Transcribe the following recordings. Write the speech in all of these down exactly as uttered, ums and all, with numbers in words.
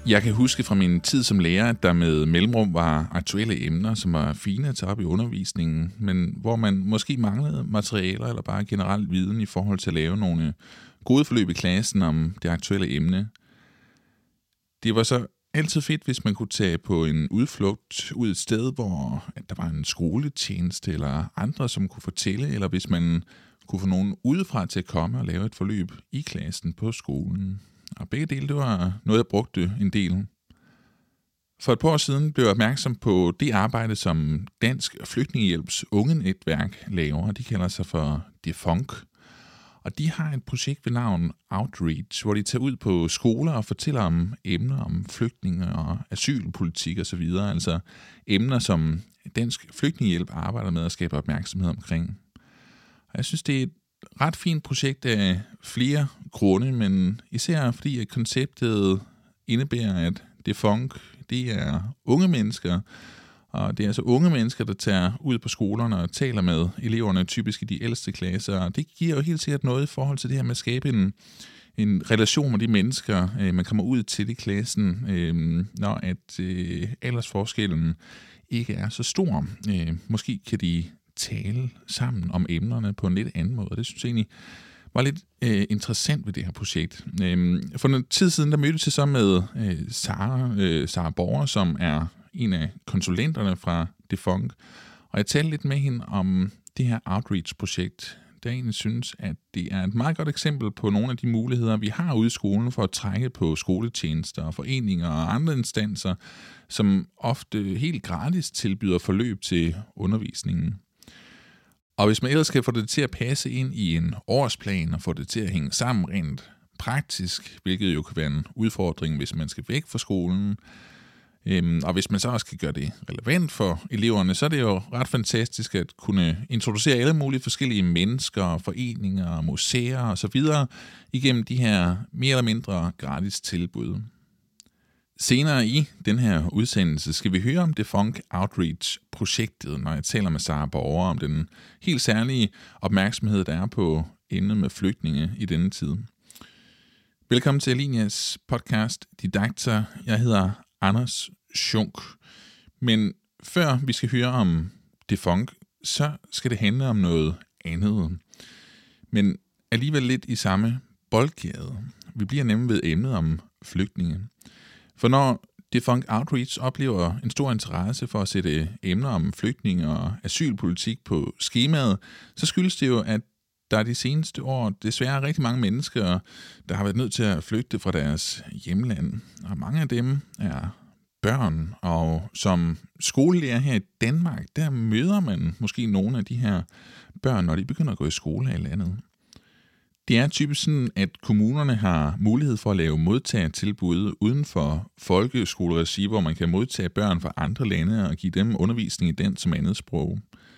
Jeg kan huske fra min tid som lærer, at der med mellemrum var aktuelle emner, som var fine at tage op i undervisningen, men hvor man måske manglede materialer eller bare generelt viden i forhold til at lave nogle gode forløb i klassen om det aktuelle emne. Det var så altid fedt, hvis man kunne tage på en udflugt ud et sted, hvor at der var en skoletjeneste eller andre, som kunne fortælle, eller hvis man kunne få nogen udefra til at komme og lave et forløb i klassen på skolen. Og begge dele, det var noget, jeg brugte en del. For et par år siden blev jeg opmærksom på det arbejde, som Dansk Flygtningehjælps unge netværk laver. De kalder sig for DEFUNK. Og de har et projekt ved navn Outreach, hvor de tager ud på skoler og fortæller om emner om flygtninge og asylpolitik osv. Altså emner, som Dansk Flygtningehjælp arbejder med at skabe opmærksomhed omkring. Og jeg synes, det er et ret fint projekt af flere grunde, men især fordi at konceptet indebærer, at DEFUNK, det er unge mennesker, og det er altså unge mennesker, der tager ud på skolerne og taler med eleverne, typisk i de ældste klasser. Og det giver jo helt sikkert noget i forhold til det her med at skabe en, en relation med de mennesker, øh, man kommer ud til i klassen, øh, når at øh, aldersforskellen ikke er så stor. Øh, måske kan de tale sammen om emnerne på en lidt anden måde. Det synes jeg egentlig var lidt øh, interessant ved det her projekt. Øh, for en tid siden, der mødtes jeg så med øh, Sara, øh, Sara Borger, som er en af konsulenterne fra DEFUNK, og jeg talte lidt med hende om det her Outreach-projekt, der jeg egentlig synes, at det er et meget godt eksempel på nogle af de muligheder, vi har ude i skolen for at trække på skoletjenester, foreninger og andre instanser, som ofte helt gratis tilbyder forløb til undervisningen. Og hvis man ellers skal få det til at passe ind i en årsplan og få det til at hænge sammen rent praktisk, hvilket jo kan være en udfordring, hvis man skal væk fra skolen, øhm, og hvis man så også kan gøre det relevant for eleverne, så er det jo ret fantastisk at kunne introducere alle mulige forskellige mennesker, foreninger, museer osv. igennem de her mere eller mindre gratis tilbud. Senere i den her udsendelse skal vi høre om DEFUNK Outreach-projektet, når jeg taler med Sara Borger om den helt særlige opmærksomhed, der er på emnet med flygtninge i denne tid. Velkommen til Alinias podcast Didakter. Jeg hedder Anders Schunk. Men før vi skal høre om DEFUNK, så skal det handle om noget andet. Men alligevel lidt i samme boldgade. Vi bliver nemlig ved emnet om flygtninge. For når DEFUNK Outreach oplever en stor interesse for at sætte emner om flygtninge og asylpolitik på skemaet, så skyldes det jo, at der de seneste år desværre er rigtig mange mennesker, der har været nødt til at flygte fra deres hjemland. Og mange af dem er børn, og som skolelærer her i Danmark, der møder man måske nogle af de her børn, når de begynder at gå i skole her i landet. Det er typisk sådan, at kommunerne har mulighed for at lave modtagertilbud uden for folkeskoleregi, hvor man kan modtage børn fra andre lande og give dem undervisning i dansk som andet sprog.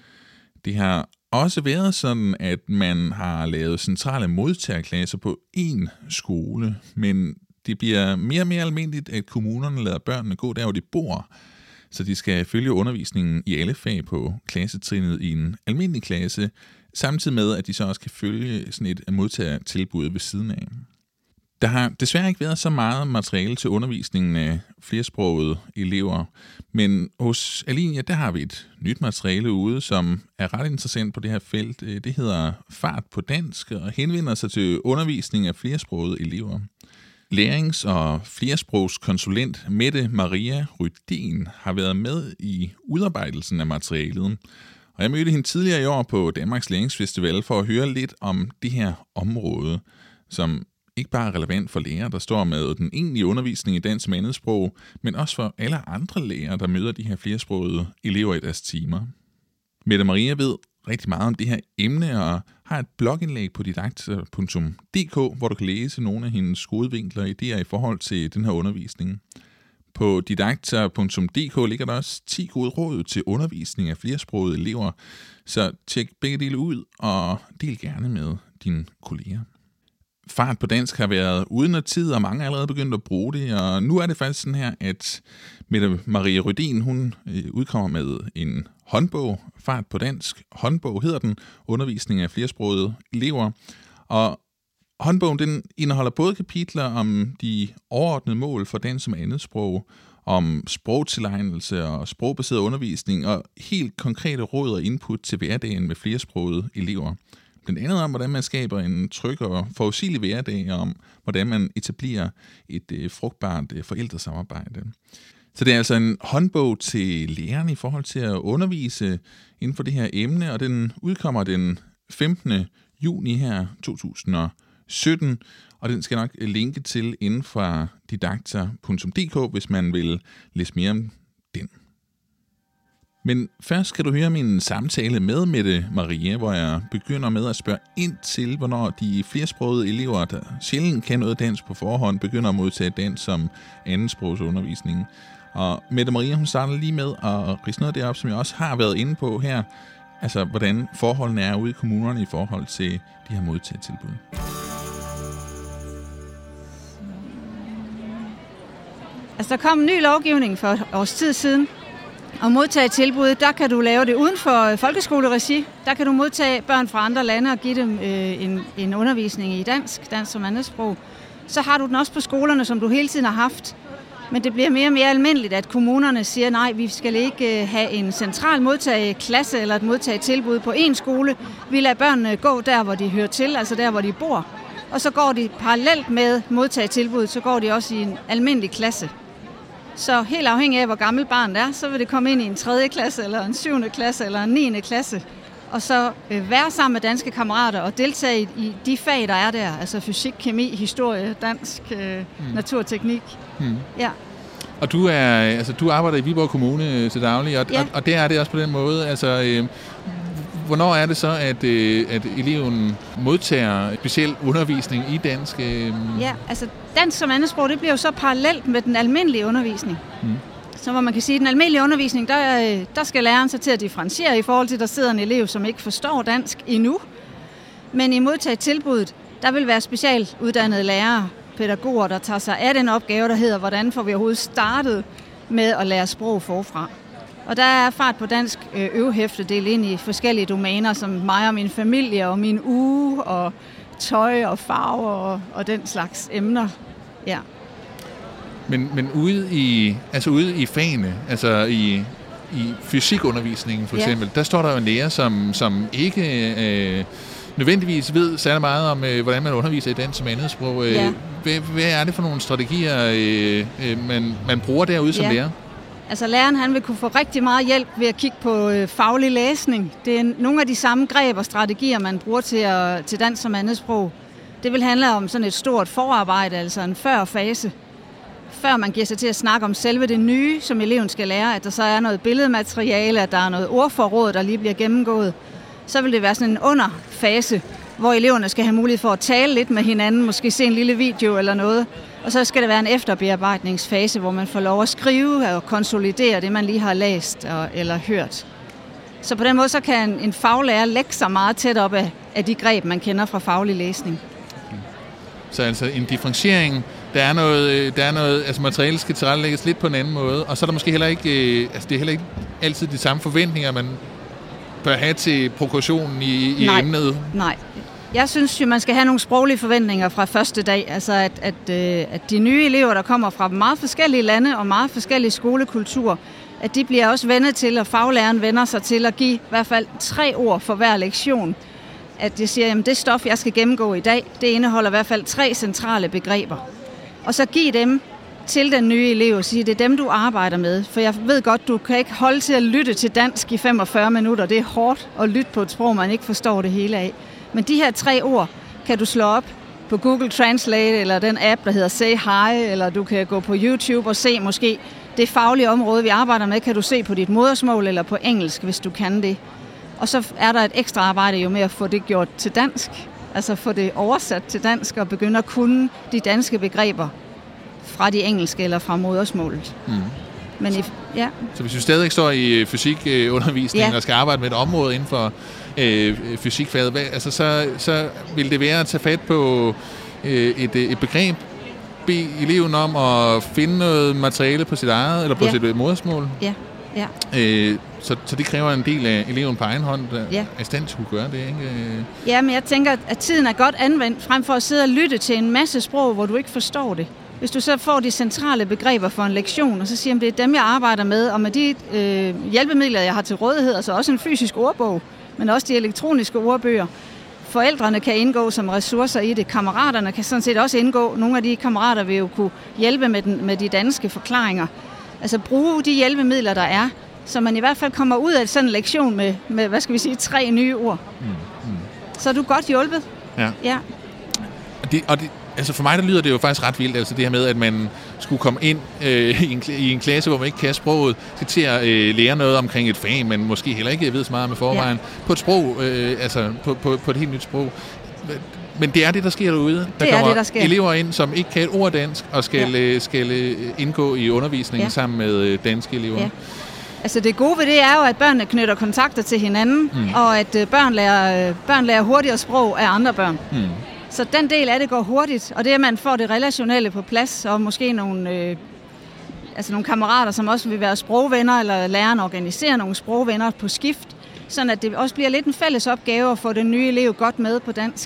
Det har også været sådan, at man har lavet centrale modtagerklasser på én skole, men det bliver mere og mere almindeligt, at kommunerne lader børnene gå der, hvor de bor, så de skal følge undervisningen i alle fag på klassetrinnet i en almindelig klasse, samtidig med, at de så også kan følge sådan et modtagertilbud ved siden af. Der har desværre ikke været så meget materiale til undervisningen af flersprogede elever, men hos Alinia, der har vi et nyt materiale ude, som er ret interessant på det her felt. Det hedder Fart på dansk og henvender sig til undervisning af flersprogede elever. Lærings- og flersprogskonsulent Mette Maria Rydin har været med i udarbejdelsen af materialet. Og jeg mødte hende tidligere i år på Danmarks Læringsfestival for at høre lidt om det her område, som ikke bare er relevant for lærere, der står med den egentlige undervisning i dansk som andetsprog, men også for alle andre lærere, der møder de her flersprogede elever i deres timer. Mette Maria ved rigtig meget om det her emne og har et blogindlæg på didakter punktum d k, hvor du kan læse nogle af hendes gode vinkler og idéer i forhold til den her undervisning. På didakter punktum d k ligger der også ti gode råd til undervisning af flersprogede elever, så tjek begge dele ud og del gerne med dine kolleger. Fart på dansk har været uden af tid, og mange er allerede begyndt at bruge det, og nu er det faktisk sådan her, at Mette Maria Rydin, hun udkommer med en håndbog, Fart på dansk håndbog hedder den, undervisning af flersprogede elever, og håndbogen den indeholder både kapitler om de overordnede mål for dansk som andetsprog, om sprogtilegnelse og sprogbaseret undervisning, og helt konkrete råd og input til hverdagen med flersprogede elever. Blandt andet om, hvordan man skaber en tryg og forudsigelig hverdag, og om, hvordan man etablerer et øh, frugtbart øh, forældresamarbejde. Så det er altså en håndbog til lærerne i forhold til at undervise inden for det her emne, og den udkommer den femtende juni her to tusind og sytten, og den skal nok linke til inden fra didakter punktum d k, hvis man vil læse mere om den. Men først skal du høre min samtale med Mette Maria, hvor jeg begynder med at spørge ind til, hvornår de flersprogede elever, der sjældent kan noget dansk på forhånd, begynder at modtage dansk som andetsprogsundervisning. Og Mette Maria, hun starter lige med at ridse noget derop, som jeg også har været inde på her, altså hvordan forholdene er ude i kommunerne i forhold til de her modtagetilbud. Altså, der kom en ny lovgivning for et års tid siden, og modtagetilbuddet, der kan du lave det uden for folkeskoleregi. Der kan du modtage børn fra andre lande og give dem øh, en, en undervisning i dansk, dansk som andetsprog. Så har du den også på skolerne, som du hele tiden har haft. Men det bliver mere og mere almindeligt, at kommunerne siger, nej, vi skal ikke have en central modtageklasse eller et modtagetilbud på én skole. Vi lader børnene gå der, hvor de hører til, altså der, hvor de bor. Og så går de parallelt med modtagetilbuddet, så går de også i en almindelig klasse. Så helt afhængig af, hvor gammel barnet er, så vil det komme ind i en tredje klasse, eller en syvende klasse, eller en niende klasse. Og så øh, være sammen med danske kammerater og deltage i, i de fag, der er der. Altså fysik, kemi, historie, dansk, øh, mm. naturteknik. Mm. Ja. Og du er, altså du arbejder i Viborg Kommune til daglig, og, ja. og, og der er det også på den måde. Altså, øh, hvornår er det så, at, øh, at eleven modtager speciel undervisning i dansk? Øh? Ja, altså dansk som andetsprog, det bliver jo så parallelt med den almindelige undervisning. Mm. Så hvor man kan sige, at den almindelige undervisning, der, der skal læreren så til at differentiere i forhold til, at der sidder en elev, som ikke forstår dansk endnu. Men i modtagetilbuddet, der vil være specialuddannede lærere, pædagoger, der tager sig af den opgave, der hedder, hvordan får vi overhovedet startet med at lære sprog forfra. Og der er fart på dansk øvehæfte delt ind i forskellige domæner, som mig og min familie og min uge og tøj og farver og, og den slags emner. Ja. Men, men ude i altså ude i fagene, altså i, i fysikundervisningen for eksempel, ja. Der står der jo en lærer, som, som ikke øh, nødvendigvis ved særlig meget om, øh, hvordan man underviser i dansk som andetsprog. Øh, ja. hvad, hvad er det for nogle strategier, øh, øh, man, man bruger derude som ja. lærer? Altså læreren han vil kunne få rigtig meget hjælp ved at kigge på øh, faglig læsning. Det er nogle af de samme greb og strategier, man bruger til, at, til dansk som andetsprog. Det vil handle om sådan et stort forarbejde, altså en førfase. Før man giver sig til at snakke om selve det nye, som eleven skal lære, at der så er noget billedmateriale, at der er noget ordforråd, der lige bliver gennemgået, så vil det være sådan en underfase, hvor eleverne skal have mulighed for at tale lidt med hinanden, måske se en lille video eller noget. Og så skal det være en efterbearbejdningsfase, hvor man får lov at skrive og konsolidere det, man lige har læst og, eller hørt. Så på den måde så kan en faglærer lægge sig meget tæt op af, af de greb, man kender fra faglig læsning. Så altså en differentiering. Der er noget, der er noget, altså materialet skal tilrettelægges lidt på en anden måde, og så er der måske heller ikke, øh, altså det er heller ikke altid de samme forventninger, man bør have til progressionen i, i nej, emnet. Nej, jeg synes jo, man skal have nogle sproglige forventninger fra første dag, altså at, at, øh, at de nye elever, der kommer fra meget forskellige lande og meget forskellige skolekulturer, at de bliver også vendet til, og faglæreren vender sig til at give i hvert fald tre ord for hver lektion. At jeg siger, at det stof, jeg skal gennemgå i dag, det indeholder i hvert fald tre centrale begreber. Og så giv dem til den nye elev og sige, det er dem, du arbejder med. For jeg ved godt, du kan ikke holde til at lytte til dansk i femogfyrre minutter. Det er hårdt at lytte på et sprog, man ikke forstår det hele af. Men de her tre ord kan du slå op på Google Translate, eller den app, der hedder Say Hi, eller du kan gå på YouTube og se måske det faglige område, vi arbejder med, kan du se på dit modersmål eller på engelsk, hvis du kan det. Og så er der et ekstra arbejde jo med at få det gjort til dansk. Altså få det oversat til dansk og begynde at kunne de danske begreber fra de engelske eller fra modersmålet. Mm. Men i, ja. Så hvis du stadig står i fysikundervisning ja. og skal arbejde med et område inden for øh, fysikfaget, hvad, altså så, så vil det være at tage fat på øh, et, et begreb, bede eleven om at finde noget materiale på sit eget eller på ja. sit modersmål? Ja. Ja. Øh, så, så det kræver en del af eleven på egen hånd, der ja. er i stand til at kunne gøre det, ikke? Ja, men jeg tænker, at tiden er godt anvendt, frem for at sidde og lytte til en masse sprog, hvor du ikke forstår det. Hvis du så får de centrale begreber for en lektion, og så siger, at det er dem, jeg arbejder med, og med de øh, hjælpemidler, jeg har til rådighed, altså også en fysisk ordbog, men også de elektroniske ordbøger. Forældrene kan indgå som ressourcer i det. Kammeraterne kan sådan set også indgå. Nogle af de kammerater vil jo kunne hjælpe med, den, med de danske forklaringer. Altså bruge de hjælpemidler, der er, så man i hvert fald kommer ud af sådan en lektion med, med hvad skal vi sige, tre nye ord. Mm, mm. Så er du godt hjulpet. Ja. ja. Og det, og det, altså for mig der lyder det jo faktisk ret vildt, altså det her med, at man skulle komme ind øh, i, en, i en klasse, hvor man ikke kan sproget, til at øh, lære noget omkring et fag, men måske heller ikke ved så meget med forvejen, ja. På et sprog, øh, altså på, på, på et helt nyt sprog. Men det er det, der sker derude. Der det kommer det, der sker. elever ind, som ikke kan et ord dansk, og skal, ja. skal indgå i undervisningen ja. sammen med danske elever. Ja. Altså det gode ved det er jo, at børnene knytter kontakter til hinanden, mm. og at børn lærer, børn lærer hurtigere sprog af andre børn. Mm. Så den del af det går hurtigt, og det er, at man får det relationelle på plads, og måske nogle, øh, altså nogle kammerater, som også vil være sprogvenner, eller læreren organiserer nogle sprogvenner på skift, sådan at det også bliver lidt en fælles opgave at få den nye elev godt med på dansk.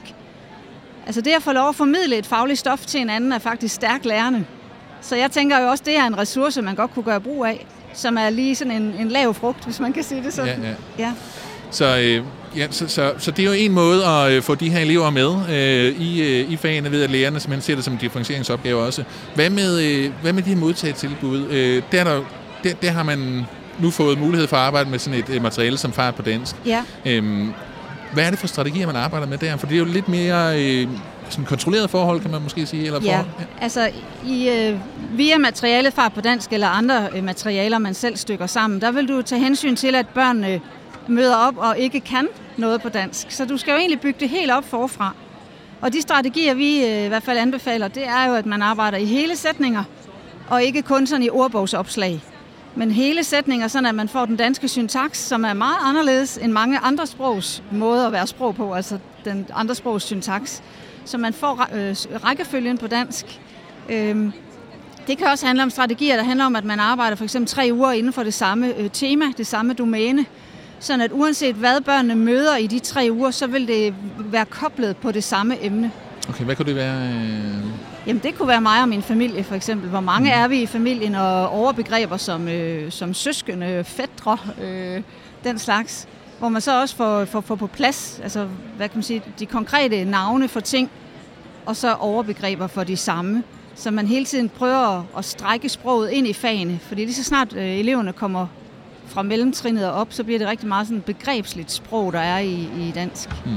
Altså det at få lov at formidle et fagligt stof til en anden er faktisk stærkt lærende. Så jeg tænker jo også, det er en ressource, man godt kunne gøre brug af, som er lige sådan en, en lav frugt, hvis man kan sige det sådan. Ja, ja. Ja. Så, øh, ja, så, så, så det er jo en måde at øh, få de her elever med øh, i, øh, i fagene ved, at lærerne simpelthen ser det som en differentieringsopgave også. Hvad med, øh, hvad med de her modtagetilbud? Øh, der, der, der, der har man nu fået mulighed for at arbejde med sådan et øh, materiale som Fart på dansk. Ja. Øhm, hvad er det for strategier, man arbejder med der? For det er jo lidt mere øh, sådan kontrolleret forhold, kan man måske sige. Eller ja, forhold. ja, altså i, øh, via materialet Fart på dansk eller andre øh, materialer, man selv stykker sammen, der vil du tage hensyn til, at børnene møder op og ikke kan noget på dansk. Så du skal jo egentlig bygge det helt op forfra. Og de strategier, vi øh, i hvert fald anbefaler, det er jo, at man arbejder i hele sætninger, og ikke kun sådan i ordbogsopslag. Men hele sætninger, sådan at man får den danske syntaks, som er meget anderledes end mange andre sprogs måder at være sprog på, altså den andre sprogs syntaks. Så man får øh, rækkefølgen på dansk. Øhm, det kan også handle om strategier, der handler om, at man arbejder for eksempel tre uger inden for det samme øh, tema, det samme domæne. Sådan at uanset hvad børnene møder i de tre uger, så vil det være koblet på det samme emne. Okay, hvad kunne det være? Jamen det kunne være mig og min familie for eksempel. Hvor mange mm. er vi i familien, og overbegreber som, øh, som søskende, fætre, øh, den slags. Hvor man så også får, får, får på plads, altså hvad kan man sige, de konkrete navne for ting, og så overbegreber for de samme. Så man hele tiden prøver at strække sproget ind i fagene, fordi lige så snart øh, eleverne kommer fra mellemtrinnet og op, så bliver det rigtig meget sådan begrebsligt sprog, der er i, i dansk. Mm.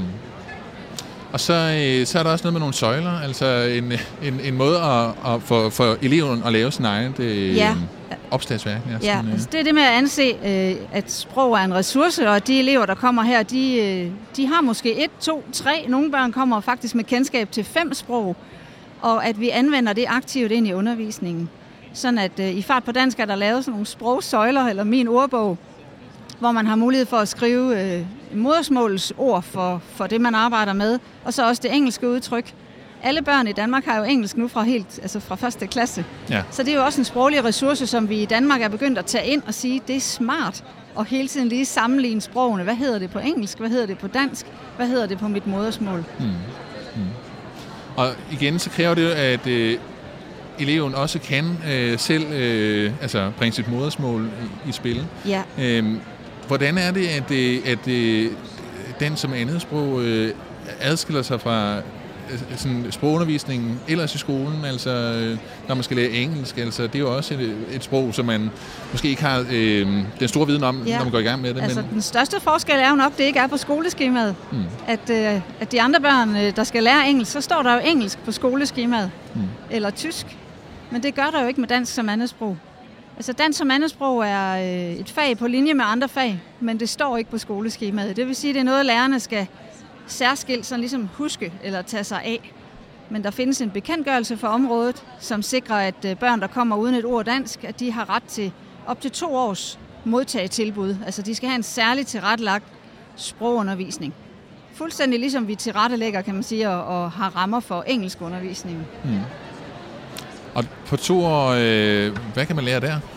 Og så, øh, så er der også noget med nogle søjler, altså en, en, en måde at, at for, for eleven at lave sin egen øh, ja. opslagsværk. Ja, ja sådan, øh. altså det er det med at anse, øh, at sprog er en ressource, og de elever, der kommer her, de, øh, de har måske et, to, tre, nogle børn kommer faktisk med kendskab til fem sprog, og at vi anvender det aktivt ind i undervisningen. Sådan at øh, i Fart på dansk er der lavet sådan nogle sprogsøjler, eller min ordbog, hvor man har mulighed for at skrive øh, modersmålets ord for, for det, man arbejder med, og så også det engelske udtryk. Alle børn i Danmark har jo engelsk nu fra helt, altså fra første klasse. Ja. Så det er jo også en sproglig ressource, som vi i Danmark er begyndt at tage ind og sige, det er smart at hele tiden lige sammenligne sprogene. Hvad hedder det på engelsk? Hvad hedder det på dansk? Hvad hedder det på mit modersmål? Mm. Mm. Og igen, så kræver det jo, at øh, eleven også kan øh, selv øh, altså bringe sit modersmål i, i spil. Ja. Øhm, hvordan er det, at, øh, at øh, den som andet sprog øh, adskiller sig fra sådan sprogundervisningen ellers i skolen, altså når man skal lære engelsk, altså det er jo også et, et sprog, som man måske ikke har øh, den store viden om, ja. Når man går i gang med det. Altså men... den største forskel er jo nok, det ikke er på skoleskemaet. Mm. At, øh, at de andre børn, der skal lære engelsk, så står der jo engelsk på skoleskemaet, mm. eller tysk. Men det gør der jo ikke med dansk som andetsprog. Altså dansk som andetsprog er øh, et fag på linje med andre fag, men det står ikke på skoleskemaet. Det vil sige, at det er noget, lærerne skal særskilt sådan ligesom huske eller tage sig af. Men der findes en bekendtgørelse for området, som sikrer, at børn, der kommer uden et ord dansk, at de har ret til op til to års modtagetilbud. Altså de skal have en særligt tilrettelagt sprogundervisning. Fuldstændig ligesom vi tilrettelægger, kan man sige, og, og har rammer for engelskundervisningen. Mm. Og på to år, øh, hvad kan man lære der?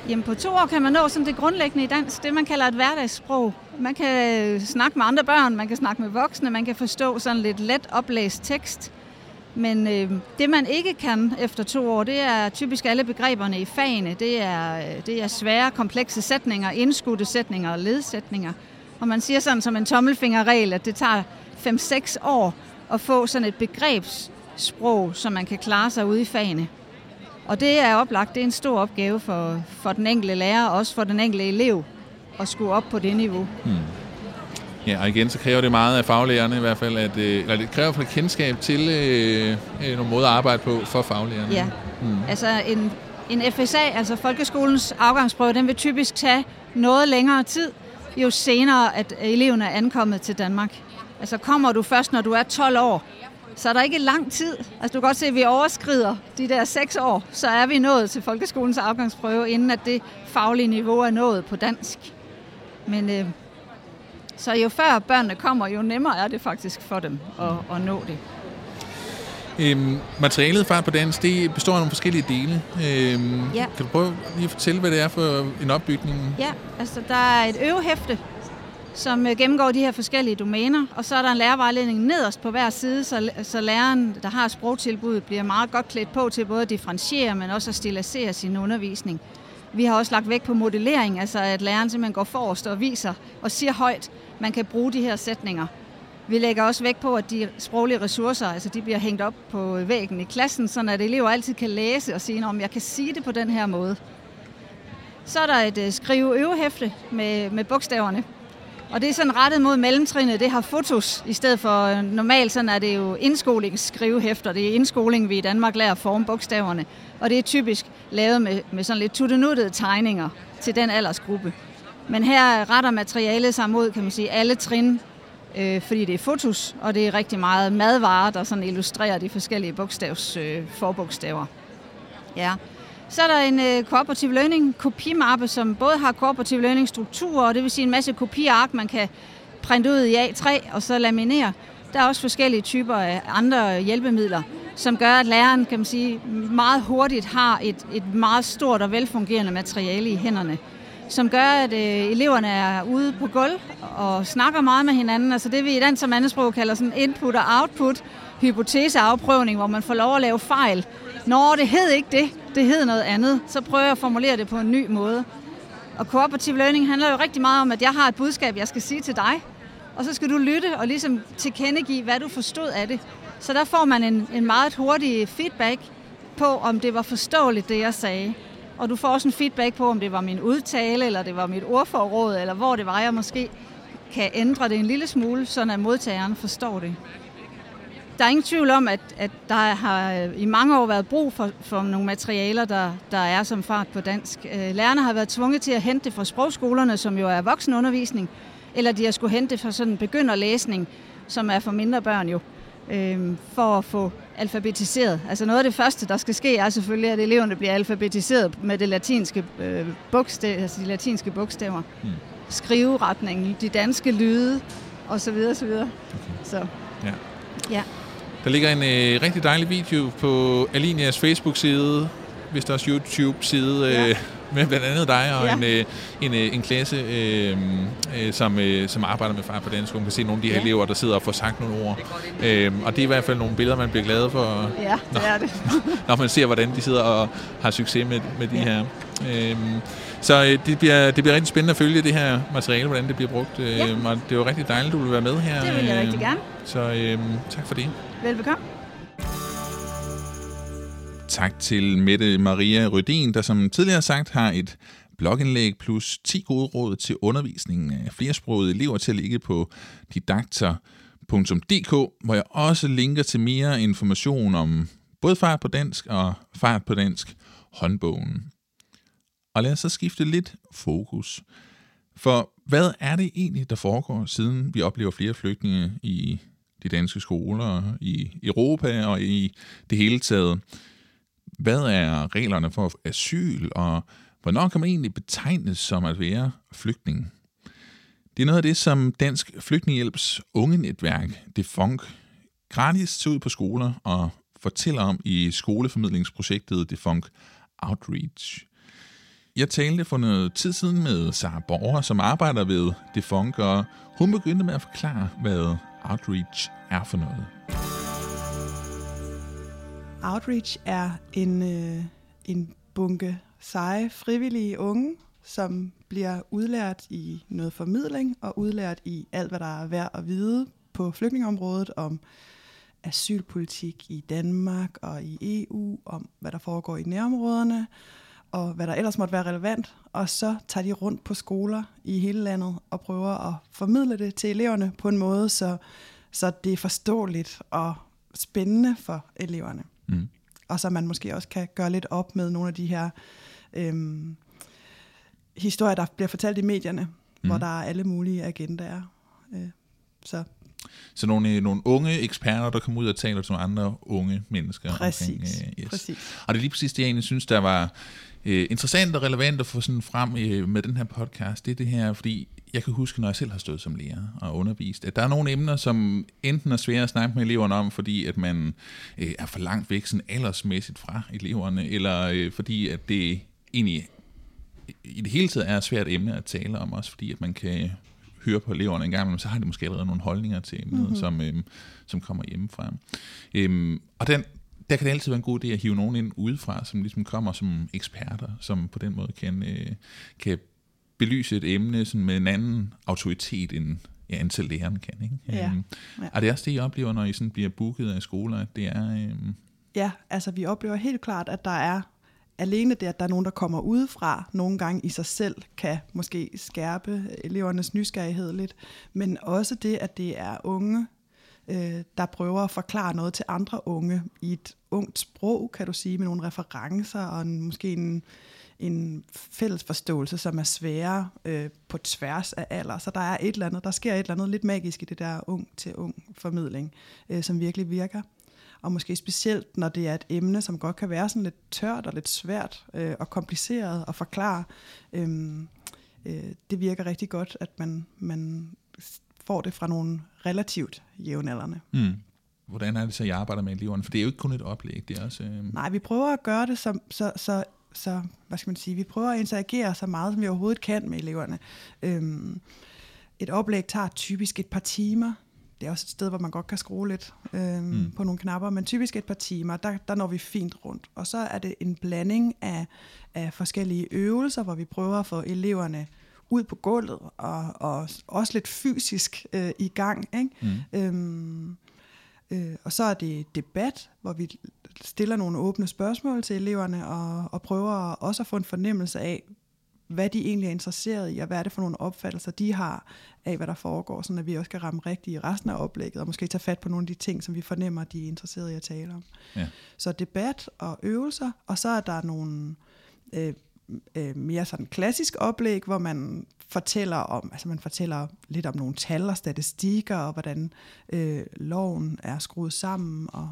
Jamen på to år kan man nå sådan det grundlæggende i dansk, det man kalder et hverdagssprog. Man kan snakke med andre børn, man kan snakke med voksne, man kan forstå sådan lidt let oplæst tekst. Men øh, det man ikke kan efter to år, det er typisk alle begreberne i fagene. Det er, det er svære, komplekse sætninger, indskudte sætninger og ledsætninger. Og man siger sådan som en tommelfingerregel, at det tager fem seks år at få sådan et begrebssprog, som man kan klare sig ude i fagene. Og det er oplagt, det er en stor opgave for, for den enkelte lærer, og også for den enkelte elev, at skulle op på det niveau. Hmm. Ja, og igen, så kræver det meget af faglærerne i hvert fald, at, eller det kræver for kendskab til øh, nogle måder at arbejde på for faglærerne. Ja, hmm. altså en, en F S A, altså folkeskolens afgangsprøve, den vil typisk tage noget længere tid, jo senere at eleven er ankommet til Danmark. Altså kommer du først, når du er tolv år, så er der ikke lang tid. Altså du kan godt se, at vi overskrider de der seks år, så er vi nået til folkeskolens afgangsprøve, inden at det faglige niveau er nået på dansk. Men øh, så jo før børnene kommer, jo nemmere er det faktisk for dem at, at nå det. Øhm, materialet Fart på Dansk, det består af nogle forskellige dele. Øhm, ja. Kan du prøve lige at fortælle, hvad det er for en opbygning? Ja, altså der er et øvehæfte, som gennemgår de her forskellige domæner, og så er der en lærervejledning nederst på hver side, så, så læreren, der har sprogtilbuddet, bliver meget godt klædt på til både at differentiere, men også at stilisere sin undervisning. Vi har også lagt vægt på modellering, altså at læreren simpelthen går forrest og viser og siger højt, man kan bruge de her sætninger. Vi lægger også vægt på, at de sproglige ressourcer, altså de bliver hængt op på væggen i klassen, så at elever altid kan læse og sige, om jeg kan sige det på den her måde. Så er der et uh, skrive-øvehæfte med, med bogstaverne. Og det er sådan rettet mod mellemtrinnet, det har fotos, i stedet for normalt sådan er det jo indskolingsskrivehæfter. Det er indskoling, vi i Danmark lærer at forme bogstaverne. Og det er typisk lavet med, med sådan lidt tuttenuttede tegninger til den aldersgruppe. Men her retter materialet sig mod, kan man sige, alle trin, øh, fordi det er fotos, og det er rigtig meget madvarer, der sådan illustrerer de forskellige bogstavs øh, forbogstaver. Ja. Så er der en øh, cooperative learning kopimappe, som både har cooperative learning strukturer, og det vil sige en masse kopiark, man kan printe ud i A tre og så laminere. Der er også forskellige typer af andre hjælpemidler, som gør, at læreren, kan man sige, meget hurtigt har et, et meget stort og velfungerende materiale i hænderne, som gør, at øh, eleverne er ude på gulv og snakker meget med hinanden. Altså det vi i dansk som andetsprog kalder sådan input og output, hypoteseafprøvning, hvor man får lov at lave fejl. Nå, det hed ikke det, det hed noget andet. Så prøver jeg at formulere det på en ny måde. Og cooperative learning handler jo rigtig meget om, at jeg har et budskab, jeg skal sige til dig, og så skal du lytte og ligesom tilkendegive, hvad du forstod af det. Så der får man en, en meget hurtig feedback på, om det var forståeligt, det jeg sagde. Og du får også en feedback på, om det var min udtale, eller det var mit ordforråd, eller hvor det var, jeg måske kan ændre det en lille smule, så at modtageren forstår det. Der er ingen tvivl om, at, at der har i mange år været brug for, for nogle materialer, der, der er som Fart på Dansk. Lærerne har været tvunget til at hente det fra sprogskolerne, som jo er voksenundervisning, eller de har skulle hente det fra sådan en begynderlæsning, som er for mindre børn jo, øh, for at få alfabetiseret. Altså noget af det første, der skal ske, er selvfølgelig, at eleverne bliver alfabetiseret med det latinske, øh, bogstav, altså de latinske bogstaver. Hmm. Skriveretningen, de danske lyde, osv. osv. Okay. Så, ja. Ja. Der ligger en øh, rigtig dejlig video på Alinias Facebook-side, hvis der også YouTube-side, ja. øh, med blandt andet dig og ja. en, øh, en, øh, en klasse, øh, øh, som, øh, som arbejder med Fart på Dansk. Man kan se nogle af de her ja. elever, der sidder og får sagt nogle ord. Øh, og det er i hvert fald nogle billeder, man bliver glad for, ja, det når, er det. når man ser, hvordan de sidder og har succes med, med de ja. her. Øh, så øh, det, bliver, det bliver rigtig spændende at følge det her materiale, hvordan det bliver brugt. Øh, ja. Og det var rigtig dejligt, du ville være med her. Det vil jeg øh, rigtig gerne. Så øh, tak for det. Velbekomme. Tak til Mette Maria Rødin, der som tidligere sagt har et blogindlæg plus ti gode råd til undervisningen af flersprogede elever til at ligge på didakter punktum d k, hvor jeg også linker til mere information om både Fart på Dansk og Fart på Dansk håndbogen. Og lad os så skifte lidt fokus. For hvad er det egentlig, der foregår, siden vi oplever flere flygtninge i de danske skoler, i Europa og i det hele taget? Hvad er reglerne for asyl, og hvornår kan man egentlig betegnes som at være flygtning? Det er noget af det, som Dansk Flygtningehjælps unge netværk, Defunk, gratis tager ud på skoler og fortæller om i skoleformidlingsprojektet Defunk Outreach. Jeg talte for noget tid siden med Sara Borger, som arbejder ved Defunk, og hun begyndte med at forklare, hvad outreach er for noget. Outreach er en, øh, en bunke seje, frivillige unge, som bliver udlært i noget formidling og udlært i alt, hvad der er værd at vide på flygtningeområdet om asylpolitik i Danmark og i E U, om hvad der foregår i nærområderne, og hvad der ellers måtte være relevant. Og så tager de rundt på skoler i hele landet og prøver at formidle det til eleverne på en måde, så, så det er forståeligt og spændende for eleverne. Mm. Og så man måske også kan gøre lidt op med nogle af de her øhm, historier, der bliver fortalt i medierne, mm. hvor der er alle mulige agendaer. Øh, så Så nogle, nogle unge eksperter, der kommer ud og taler til nogle andre unge mennesker. Præcis, omkring, uh, yes. præcis. Og det er lige præcis det, jeg egentlig synes, der var uh, interessant og relevant at få sådan frem uh, med den her podcast. Det er det her, fordi jeg kan huske, når jeg selv har stået som lærer og undervist, at der er nogle emner, som enten er svære at snakke med eleverne om, fordi at man uh, er for langt væk sådan aldersmæssigt fra eleverne, eller uh, fordi at det egentlig i det hele taget er et svært emne at tale om, også fordi at man kan høre på eleverne en gang, men så har de måske allerede nogle holdninger til emnet, mm-hmm. som, øhm, som kommer hjemmefra. Øhm, og den, der kan det altid være en god idé at hive nogen ind udefra, som ligesom kommer som eksperter, som på den måde kan, øh, kan belyse et emne sådan med en anden autoritet, end ja, end selv læreren kan. Ikke? Ja. Øhm, Ja. og det er også det, I oplever, når I sådan bliver booket af skoler, at det er... Øhm, Ja, altså vi oplever helt klart, at der er alene det, at der er nogen, der kommer udefra, nogle gange i sig selv kan måske skærpe elevernes nysgerrighed lidt, men også det, at det er unge, øh, der prøver at forklare noget til andre unge i et ungt sprog, kan du sige, med nogle referencer og en, måske en, en fælles forståelse, som er sværere øh, på tværs af alder. Så der er et eller andet, der sker et eller andet lidt magisk i det der ung til ung formidling, øh, som virkelig virker. Og måske specielt, når det er et emne, som godt kan være sådan lidt tørt og lidt svært øh, og kompliceret at forklare. Øhm, øh, det virker rigtig godt, at man, man får det fra nogle relativt jævnaldrende. mm. Hvordan er det så, jeg arbejder med eleverne? For det er jo ikke kun et oplæg, det er også... Øh... Nej, vi prøver at gøre det som, så, så, så, hvad skal man sige, vi prøver at interagere så meget, som vi overhovedet kan med eleverne. Øhm, et oplæg tager typisk et par timer. Det er også et sted, hvor man godt kan skrue lidt øhm, mm. på nogle knapper, men typisk et par timer, der, der når vi fint rundt. Og så er det en blanding af, af forskellige øvelser, hvor vi prøver at få eleverne ud på gulvet, og, og også lidt fysisk øh, i gang. Ikke? Mm. Øhm, øh, og så er det debat, hvor vi stiller nogle åbne spørgsmål til eleverne, og, og prøver også at få en fornemmelse af, hvad de egentlig er interesseret i, og hvad er det for nogle opfattelser, de har af, hvad der foregår, så at vi også kan ramme rigtigt i resten af oplægget, og måske tage fat på nogle af de ting, som vi fornemmer, de er interesseret i at tale om. Ja. Så debat og øvelser, og så er der nogle øh, øh, mere sådan klassisk oplæg, hvor man fortæller om, altså man fortæller lidt om nogle tal og statistikker, og hvordan øh, loven er skruet sammen, og,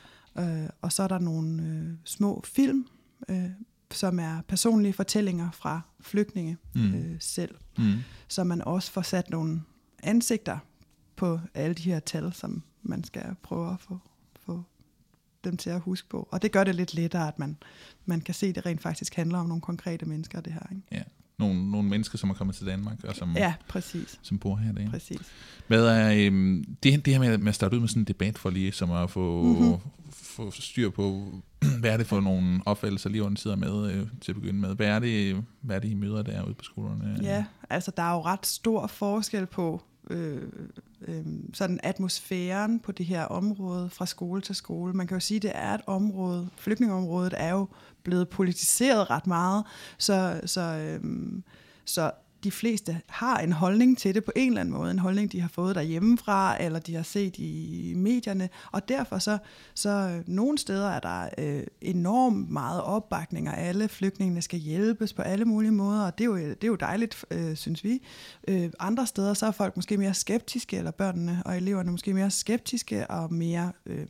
øh, og så er der nogle øh, små film, øh, som er personlige fortællinger fra flygtninge mm. øh, selv. Mm. Så man også får sat nogle ansigter på alle de her tal, som man skal prøve at få, få dem til at huske på. Og det gør det lidt lettere, at man, man kan se, at det rent faktisk handler om nogle konkrete mennesker, det her. Ikke? Ja. Nogle, nogle mennesker, som er kommet til Danmark, og som, ja, præcis. som bor her derinde. Præcis. Hvad er øhm, det, det her med, med at starte ud med sådan en debat for lige, som at få, mm-hmm. få styr på, hvad er det for nogle opfattelser, eleverne sidder med øh, til at begynde med? Hvad er det, hvad er det I møder derude på skolerne? Ja, altså der er jo ret stor forskel på øh, øh, sådan atmosfæren på det her område fra skole til skole. Man kan jo sige, at det er et område, flygtningeområdet er jo blevet politiseret ret meget, så, så, øh, så de fleste har en holdning til det på en eller anden måde, en holdning, de har fået derhjemmefra, eller de har set i medierne, og derfor så, så nogle steder er der øh, enormt meget opbakning, og alle flygtningene skal hjælpes på alle mulige måder, og det er jo, det er jo dejligt, øh, synes vi. Øh, andre steder så er folk måske mere skeptiske, eller børnene og eleverne måske mere skeptiske, og mere øh,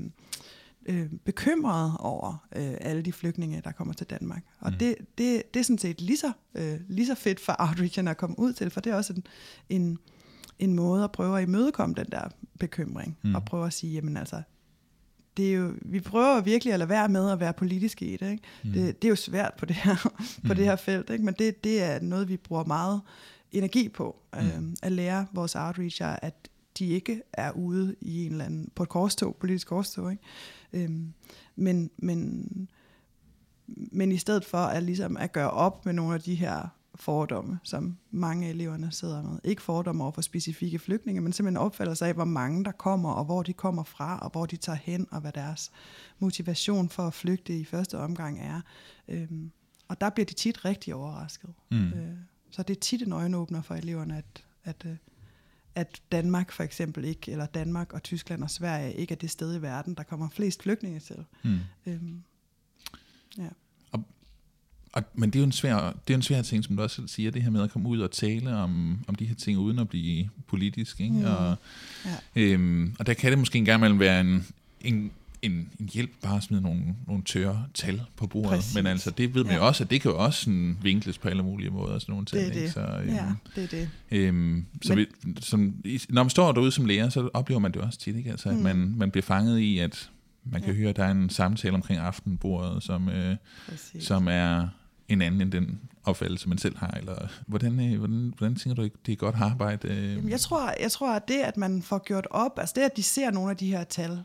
øh, bekymrede over øh, alle de flygtninge, der kommer til Danmark. Og mm. det, det, det er sådan set lige så, øh, lige så fedt for outreachen at komme ud til, for det er også en, en, en måde at prøve at imødekomme den der bekymring, mm. og prøve at sige, jamen altså, det er jo, vi prøver virkelig at lade være med at være politiske i det, ikke? Mm. Det, det er jo svært på det her, på mm. det her felt, ikke? Men det, det er noget, vi bruger meget energi på, mm. øh, at lære vores outreacher, at de ikke er ude i en eller anden, på et korstog, politisk korstog, ikke? Øhm, men, men, men i stedet for at, ligesom at gøre op med nogle af de her fordomme, som mange af eleverne sidder med. Ikke fordomme over for specifikke flygtninge, men simpelthen opfatter sig af, hvor mange der kommer, og hvor de kommer fra, og hvor de tager hen, og hvad deres motivation for at flygte i første omgang er. Øhm, og der bliver de tit rigtig overrasket. Mm. Øh, så det er tit en øjenåbner for eleverne, at, at, at Danmark for eksempel ikke, eller Danmark og Tyskland og Sverige ikke er det sted i verden, der kommer flest flygtninge til. Mm. Øhm, ja. Og, men det er jo en svær, det er jo en svær ting, som du også selv siger, det her med at komme ud og tale om, om de her ting, uden at blive politisk. Ikke? Mm. Og, ja. øhm, og der kan det måske en gang imellem være en, en, en, en hjælp bare at smide nogle, nogle tørre tal på bordet. Præcis. Men altså, det ved man ja. jo også, at det kan jo også sådan vinkles på alle mulige måder. Sådan nogle tal, det er det. Ikke? Så, øhm, ja, det er det. Øhm, så men, vi, som, når man står derude som lærer, så oplever man det også tit, ikke? Altså, at mm. man, man bliver fanget i, at man kan ja. høre, at der er en samtale omkring aftenbordet, som, øh, som er en anden end den opfattelse, man selv har, eller hvordan, hvordan, hvordan tænker du, det er godt arbejde? Jamen, jeg tror, jeg tror, at det, at man får gjort op, altså det, at de ser nogle af de her tal,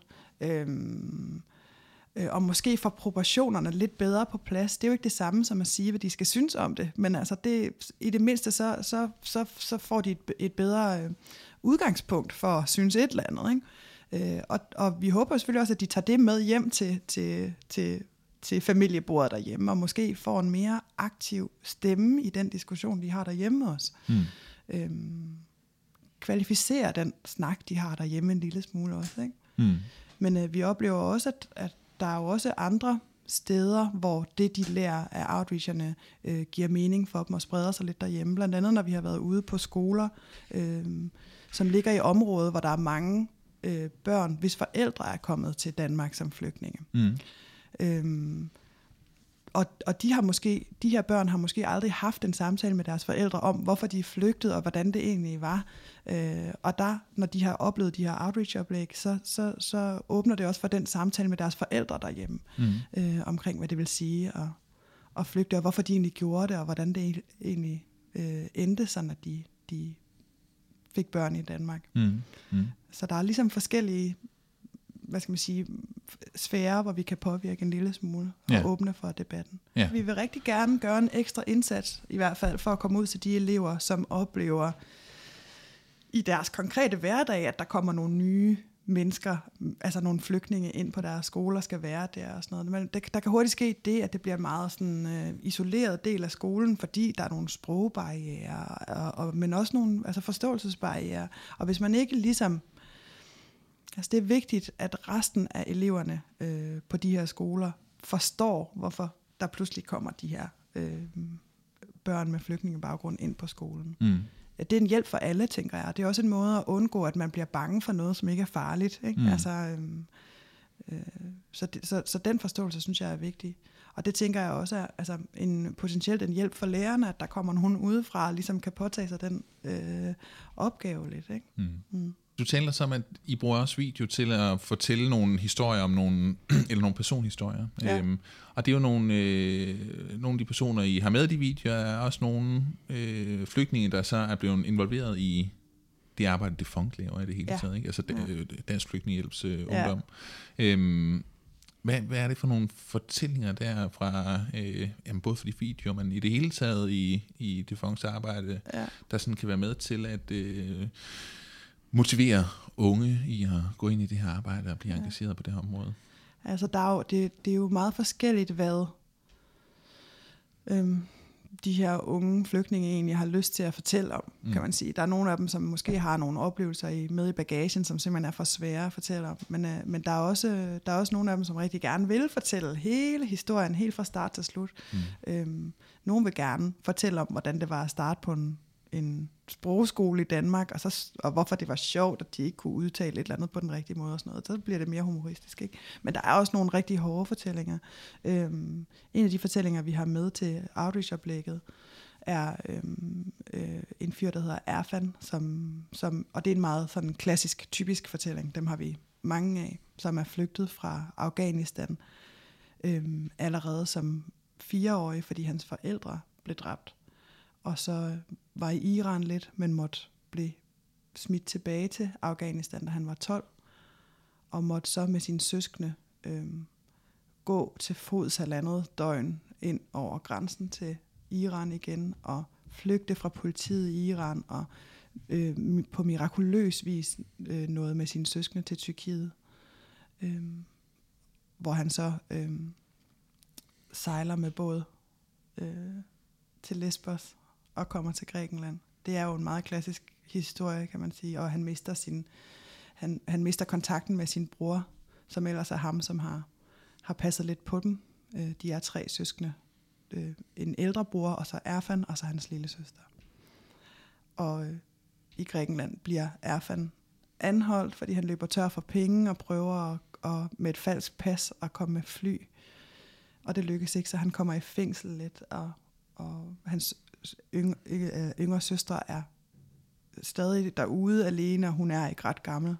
øhm, øh, og måske får proportionerne lidt bedre på plads, det er jo ikke det samme som at sige, hvad de skal synes om det, men altså det, i det mindste, så, så, så, så får de et, et bedre øh, udgangspunkt for at synes et eller andet, ikke? Øh, og, og vi håber selvfølgelig også, at de tager det med hjem til, til, til til familiebordet derhjemme, og måske får en mere aktiv stemme i den diskussion, de har derhjemme også. Mm. Øhm, kvalificere den snak, de har derhjemme en lille smule også. Ikke? Mm. Men øh, vi oplever også, at, at der er jo også andre steder, hvor det, de lærer af outreacherne, øh, giver mening for dem og spreder sig lidt derhjemme. Blandt andet, når vi har været ude på skoler, øh, som ligger i områder, hvor der er mange øh, børn, hvis forældre er kommet til Danmark som flygtninge. Mm. Øhm, og, og de har måske, de her børn har måske aldrig haft en samtale med deres forældre om, hvorfor de er flygtet, og hvordan det egentlig var. Øh, og der, når de har oplevet de her outreach-oplæg, så, så, så åbner det også for den samtale med deres forældre derhjemme, mm. øh, omkring, hvad det vil sige at, at flygte, og hvorfor de egentlig gjorde det, og hvordan det egentlig øh, endte, sådan at de, de fik børn i Danmark. Mm. Mm. Så der er ligesom forskellige, hvad skal man sige, sfære, hvor vi kan påvirke en lille smule og ja. åbne for debatten. Ja. Vi vil rigtig gerne gøre en ekstra indsats, i hvert fald for at komme ud til de elever, som oplever i deres konkrete hverdag, at der kommer nogle nye mennesker, altså nogle flygtninge ind på deres skoler, skal være der og sådan noget. Men der, der kan hurtigt ske det, at det bliver en meget sådan, øh, isoleret del af skolen, fordi der er nogle sprogbarrierer, og, og, men også nogle altså forståelsesbarrierer. Og hvis man ikke ligesom altså det er vigtigt, at resten af eleverne øh, på de her skoler forstår, hvorfor der pludselig kommer de her øh, børn med flygtningebaggrund ind på skolen. Mm. Ja, det er en hjælp for alle, tænker jeg. Det er også en måde at undgå, at man bliver bange for noget, som ikke er farligt. Ikke? Mm. Altså, øh, øh, så, det, så, så den forståelse, synes jeg, er vigtig. Og det tænker jeg også er altså, en, potentielt en hjælp for lærerne, at der kommer nogen udefra, og ligesom kan påtage sig den øh, opgave lidt. Ikke? Mm. Mm. Du taler som, at I bruger også video til at fortælle nogle historier om nogle, eller nogle personhistorier. Ja. Øhm, og det er jo nogle, øh, nogle af de personer, I har med i de videoer, er også nogle øh, flygtninge, der så er blevet involveret i det arbejde, det Defunk laver i det hele ja. taget. Ikke? Altså ja. Dansk Flygtningehjælps øh, ungdom. Ja. Øhm, hvad, hvad er det for nogle fortællinger der fra, øh, jamen både for de videoer, men i det hele taget i, i Defunks arbejde, ja. der sådan kan være med til at Øh, motivere unge i at gå ind i det her arbejde og blive ja. engageret på det her område? Altså, der er jo, det, det er jo meget forskelligt, hvad øhm, de her unge flygtninge egentlig har lyst til at fortælle om, mm. kan man sige. Der er nogle af dem, som måske har nogle oplevelser i, med i bagagen, som simpelthen er for svære at fortælle om. Men, øh, men der, er også, der er også nogle af dem, som rigtig gerne vil fortælle hele historien, helt fra start til slut. Mm. Øhm, nogle vil gerne fortælle om, hvordan det var at starte på en en sprogskole i Danmark, og, så, og hvorfor det var sjovt, at de ikke kunne udtale et eller andet på den rigtige måde og sådan noget. Så bliver det mere humoristisk, ikke? Men der er også nogle rigtig hårde fortællinger. Øhm, en af de fortællinger, vi har med til outreach-oplægget, er øhm, øh, en fyr, der hedder Erfan, som, som, og det er en meget sådan klassisk, typisk fortælling. Dem har vi mange af, som er flygtet fra Afghanistan øhm, allerede som fireårige, fordi hans forældre blev dræbt. Og så var i Iran lidt, men måtte blive smidt tilbage til Afghanistan, da han var tolv. Og måtte så med sine søskende øhm, gå til fods halvandet døgn ind over grænsen til Iran igen, og flygte fra politiet i Iran, og øh, på mirakuløs vis øh, nåede med sine søskende til Tyrkiet, øh, hvor han så øh, sejler med båd øh, til Lesbos og kommer til Grækenland. Det er jo en meget klassisk historie, kan man sige, og han mister sin, han, han mister kontakten med sin bror, som ellers er ham, som har, har passet lidt på dem. Øh, de er tre søskende. Øh, en ældre bror, og så Erfan, og så hans lille søster. Og øh, i Grækenland bliver Erfan anholdt, fordi han løber tør for penge og prøver at, at, med et falsk pas at komme med fly. Og det lykkes ikke, så han kommer i fængsel lidt, og, og hans yngre, øh, yngre søstre er stadig derude alene, og hun er ikke ret gammel.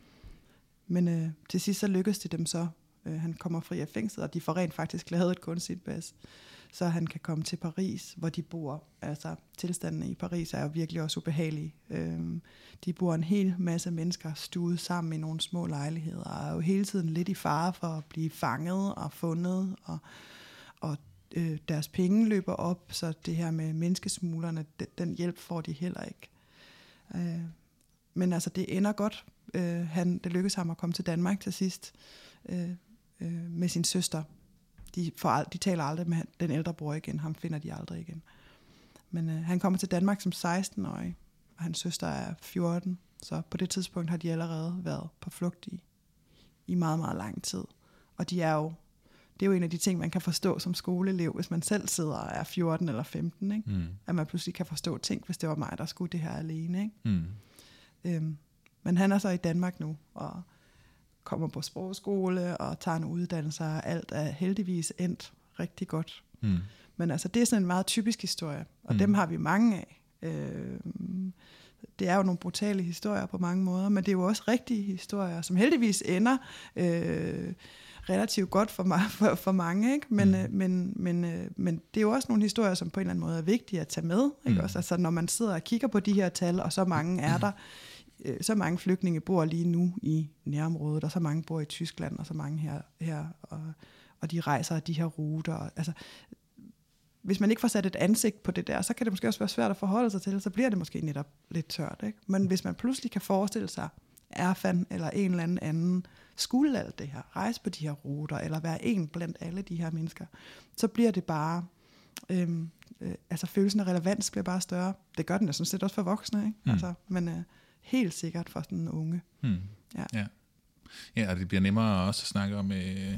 Men øh, til sidst så lykkes det dem så. Øh, han kommer fri af fængslet, og de får rent faktisk lavet et kunstigt pas, så han kan komme til Paris, hvor de bor. Altså, tilstanden i Paris er jo virkelig også ubehagelig. Øhm, de bor en hel masse mennesker stuet sammen i nogle små lejligheder, og er jo hele tiden lidt i fare for at blive fanget og fundet, og, og øh, deres penge løber op, så det her med menneskesmuglerne, den, den hjælp får de heller ikke. Øh, men altså, det ender godt. Øh, han, det lykkes ham at komme til Danmark til sidst øh, øh, med sin søster. De, får, de taler aldrig med den ældre bror igen. Ham finder de aldrig igen. Men øh, han kommer til Danmark som seksten-årig, og hans søster er fjorten. Så på det tidspunkt har de allerede været på flugt i, i meget, meget lang tid. Og de er jo, det er jo en af de ting, man kan forstå som skoleelev, hvis man selv sidder og er fjorten eller femten. Ikke? Mm. At man pludselig kan forstå ting, hvis det var mig, der skulle det her alene. Ikke? Mm. Øhm, men han er så i Danmark nu, og kommer på sprogskole og tager en uddannelse, og alt er heldigvis endt rigtig godt. Mm. Men altså, det er sådan en meget typisk historie, og mm. dem har vi mange af. Øh, det er jo nogle brutale historier på mange måder, men det er jo også rigtige historier, som heldigvis ender øh, relativt godt for, ma- for, for mange, ikke? Men, mm. øh, men, men, øh, men det er jo også nogle historier, som på en eller anden måde er vigtige at tage med. Ikke? Mm. Også, altså, når man sidder og kigger på de her tal, og så mange er der, så mange flygtninge bor lige nu i nærområdet, og så mange bor i Tyskland, og så mange her, her og, og de rejser af de her ruter. Og, altså, hvis man ikke får sat et ansigt på det der, så kan det måske også være svært at forholde sig til, så bliver det måske netop lidt tørt. Ikke? Men hvis man pludselig kan forestille sig, Erfan eller en eller anden anden skulle alt det her, rejse på de her ruter, eller være en blandt alle de her mennesker, så bliver det bare, øhm, øh, altså følelsen af relevans bliver bare større. Det gør den jo sådan set også for voksne, ikke? Mm. Altså, men øh, helt sikkert for sådan en unge. Hmm. Ja. ja. Ja, og det bliver nemmere også at snakke om øh,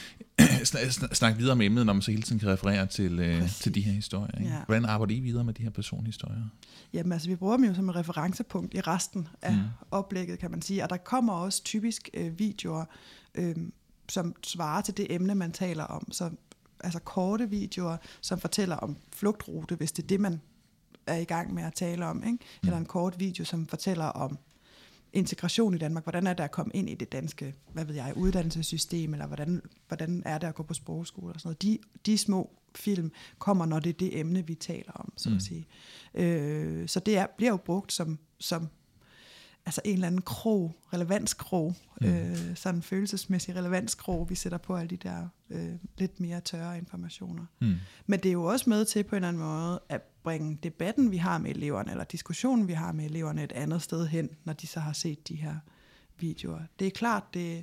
snak, snakke videre om emnet, når man så hele tiden kan referere til, øh, til de her historier. Ikke? Ja. Hvordan arbejder I videre med de her personhistorier? Jamen altså, vi bruger dem jo som et referencepunkt i resten af hmm. oplægget, kan man sige. Og der kommer også typisk øh, videoer, øh, som svarer til det emne, man taler om. Så, altså korte videoer, som fortæller om flugtrute, hvis det er det, man er i gang med at tale om, ikke? Eller en kort video, som fortæller om integration i Danmark. Hvordan er det at komme ind i det danske, hvad ved jeg, uddannelsessystem, eller hvordan, hvordan er det at gå på sprogskole og sådan noget. De, de små film kommer, når det er det emne, vi taler om, så at mm. sige. Øh, så det er, bliver jo brugt som, som altså en eller anden krog, relevanskrog, mm. øh, sådan en følelsesmæssig relevanskrog, vi sætter på alle de der øh, lidt mere tørre informationer. Mm. Men det er jo også med til på en eller anden måde at bringe debatten, vi har med eleverne, eller diskussionen, vi har med eleverne et andet sted hen, når de så har set de her videoer. Det er klart, det,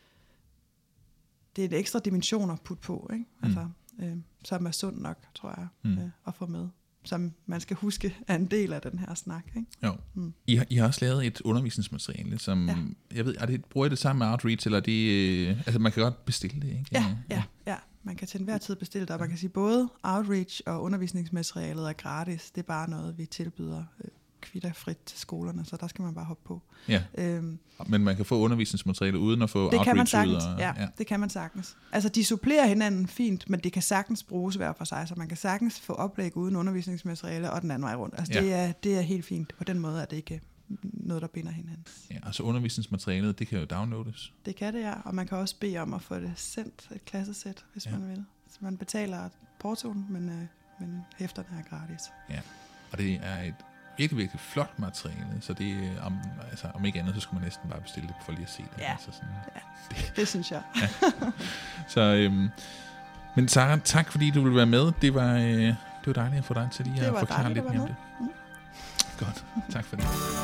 det er en ekstra dimension at putte på, ikke? Mm. Altså, øh, som er sund nok, tror jeg, mm. øh, at få med. Som man skal huske er en del af den her snak. Ikke? Jo. Mm. I, har, I har også lavet et undervisningsmateriale, som, ja. jeg ved, er det, bruger I det samme med Outreach, eller det, altså man kan godt bestille det, ikke? Ja, ja, ja. Man kan til enhver tid bestille det, og man kan sige, både Outreach og undervisningsmaterialet er gratis. Det er bare noget, vi tilbyder øh, kvitterfrit til skolerne, så der skal man bare hoppe på. Ja. Øhm, Men man kan få undervisningsmateriale uden at få det Outreach kan man sagtens, ud? Og, ja, ja, det kan man sagtens. Altså, de supplerer hinanden fint, men det kan sagtens bruges hver for sig, så man kan sagtens få oplæg uden undervisningsmateriale, og den anden vej rundt. Altså, ja. det, er, det er helt fint. På den måde er det ikke noget, der binder hinanden. Ja, altså undervisningsmaterialet, det kan jo downloades. Det kan det, ja, og man kan også bede om at få det sendt, et klassesæt, hvis ja. man vil. Så man betaler portoen, men, øh, men hæfterne er gratis. Ja, og det er et virkelig, virkelig flot materiale, så det om, altså, om ikke andet, så skulle man næsten bare bestille det for lige at se det. Ja, altså sådan, ja. Det. det synes jeg. Ja. Så, øhm, men Sara, tak fordi du ville være med. Det var, øh, det var dejligt at få dig til lige at forklare lidt mere om det. Mm. Godt, tak for det.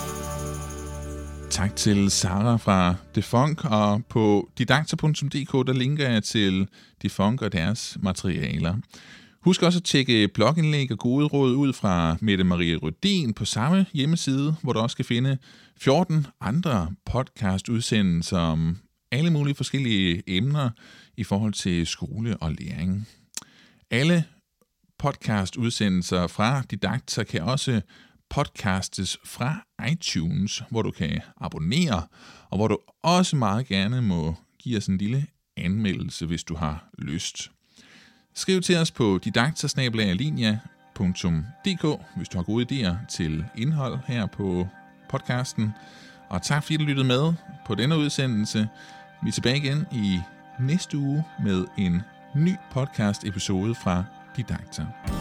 Tak til Sara fra Defunk, og på didakter punktum d k, der linker jeg til Defunk og deres materialer. Husk også at tjekke blogindlæg og gode råd ud fra Mette Marie Rødin på samme hjemmeside, hvor du også kan finde fjorten andre podcast-udsendelser om alle mulige forskellige emner i forhold til skole og læring. Alle podcast-udsendelser fra Didakter kan også podcastes fra iTunes, hvor du kan abonnere, og hvor du også meget gerne må give os en lille anmeldelse, hvis du har lyst. Skriv til os på didakter snabel-a linja punktum d k, hvis du har gode idéer til indhold her på podcasten. Og tak fordi du lyttede med på denne udsendelse. Vi er tilbage igen i næste uge med en ny podcast-episode fra Didakter.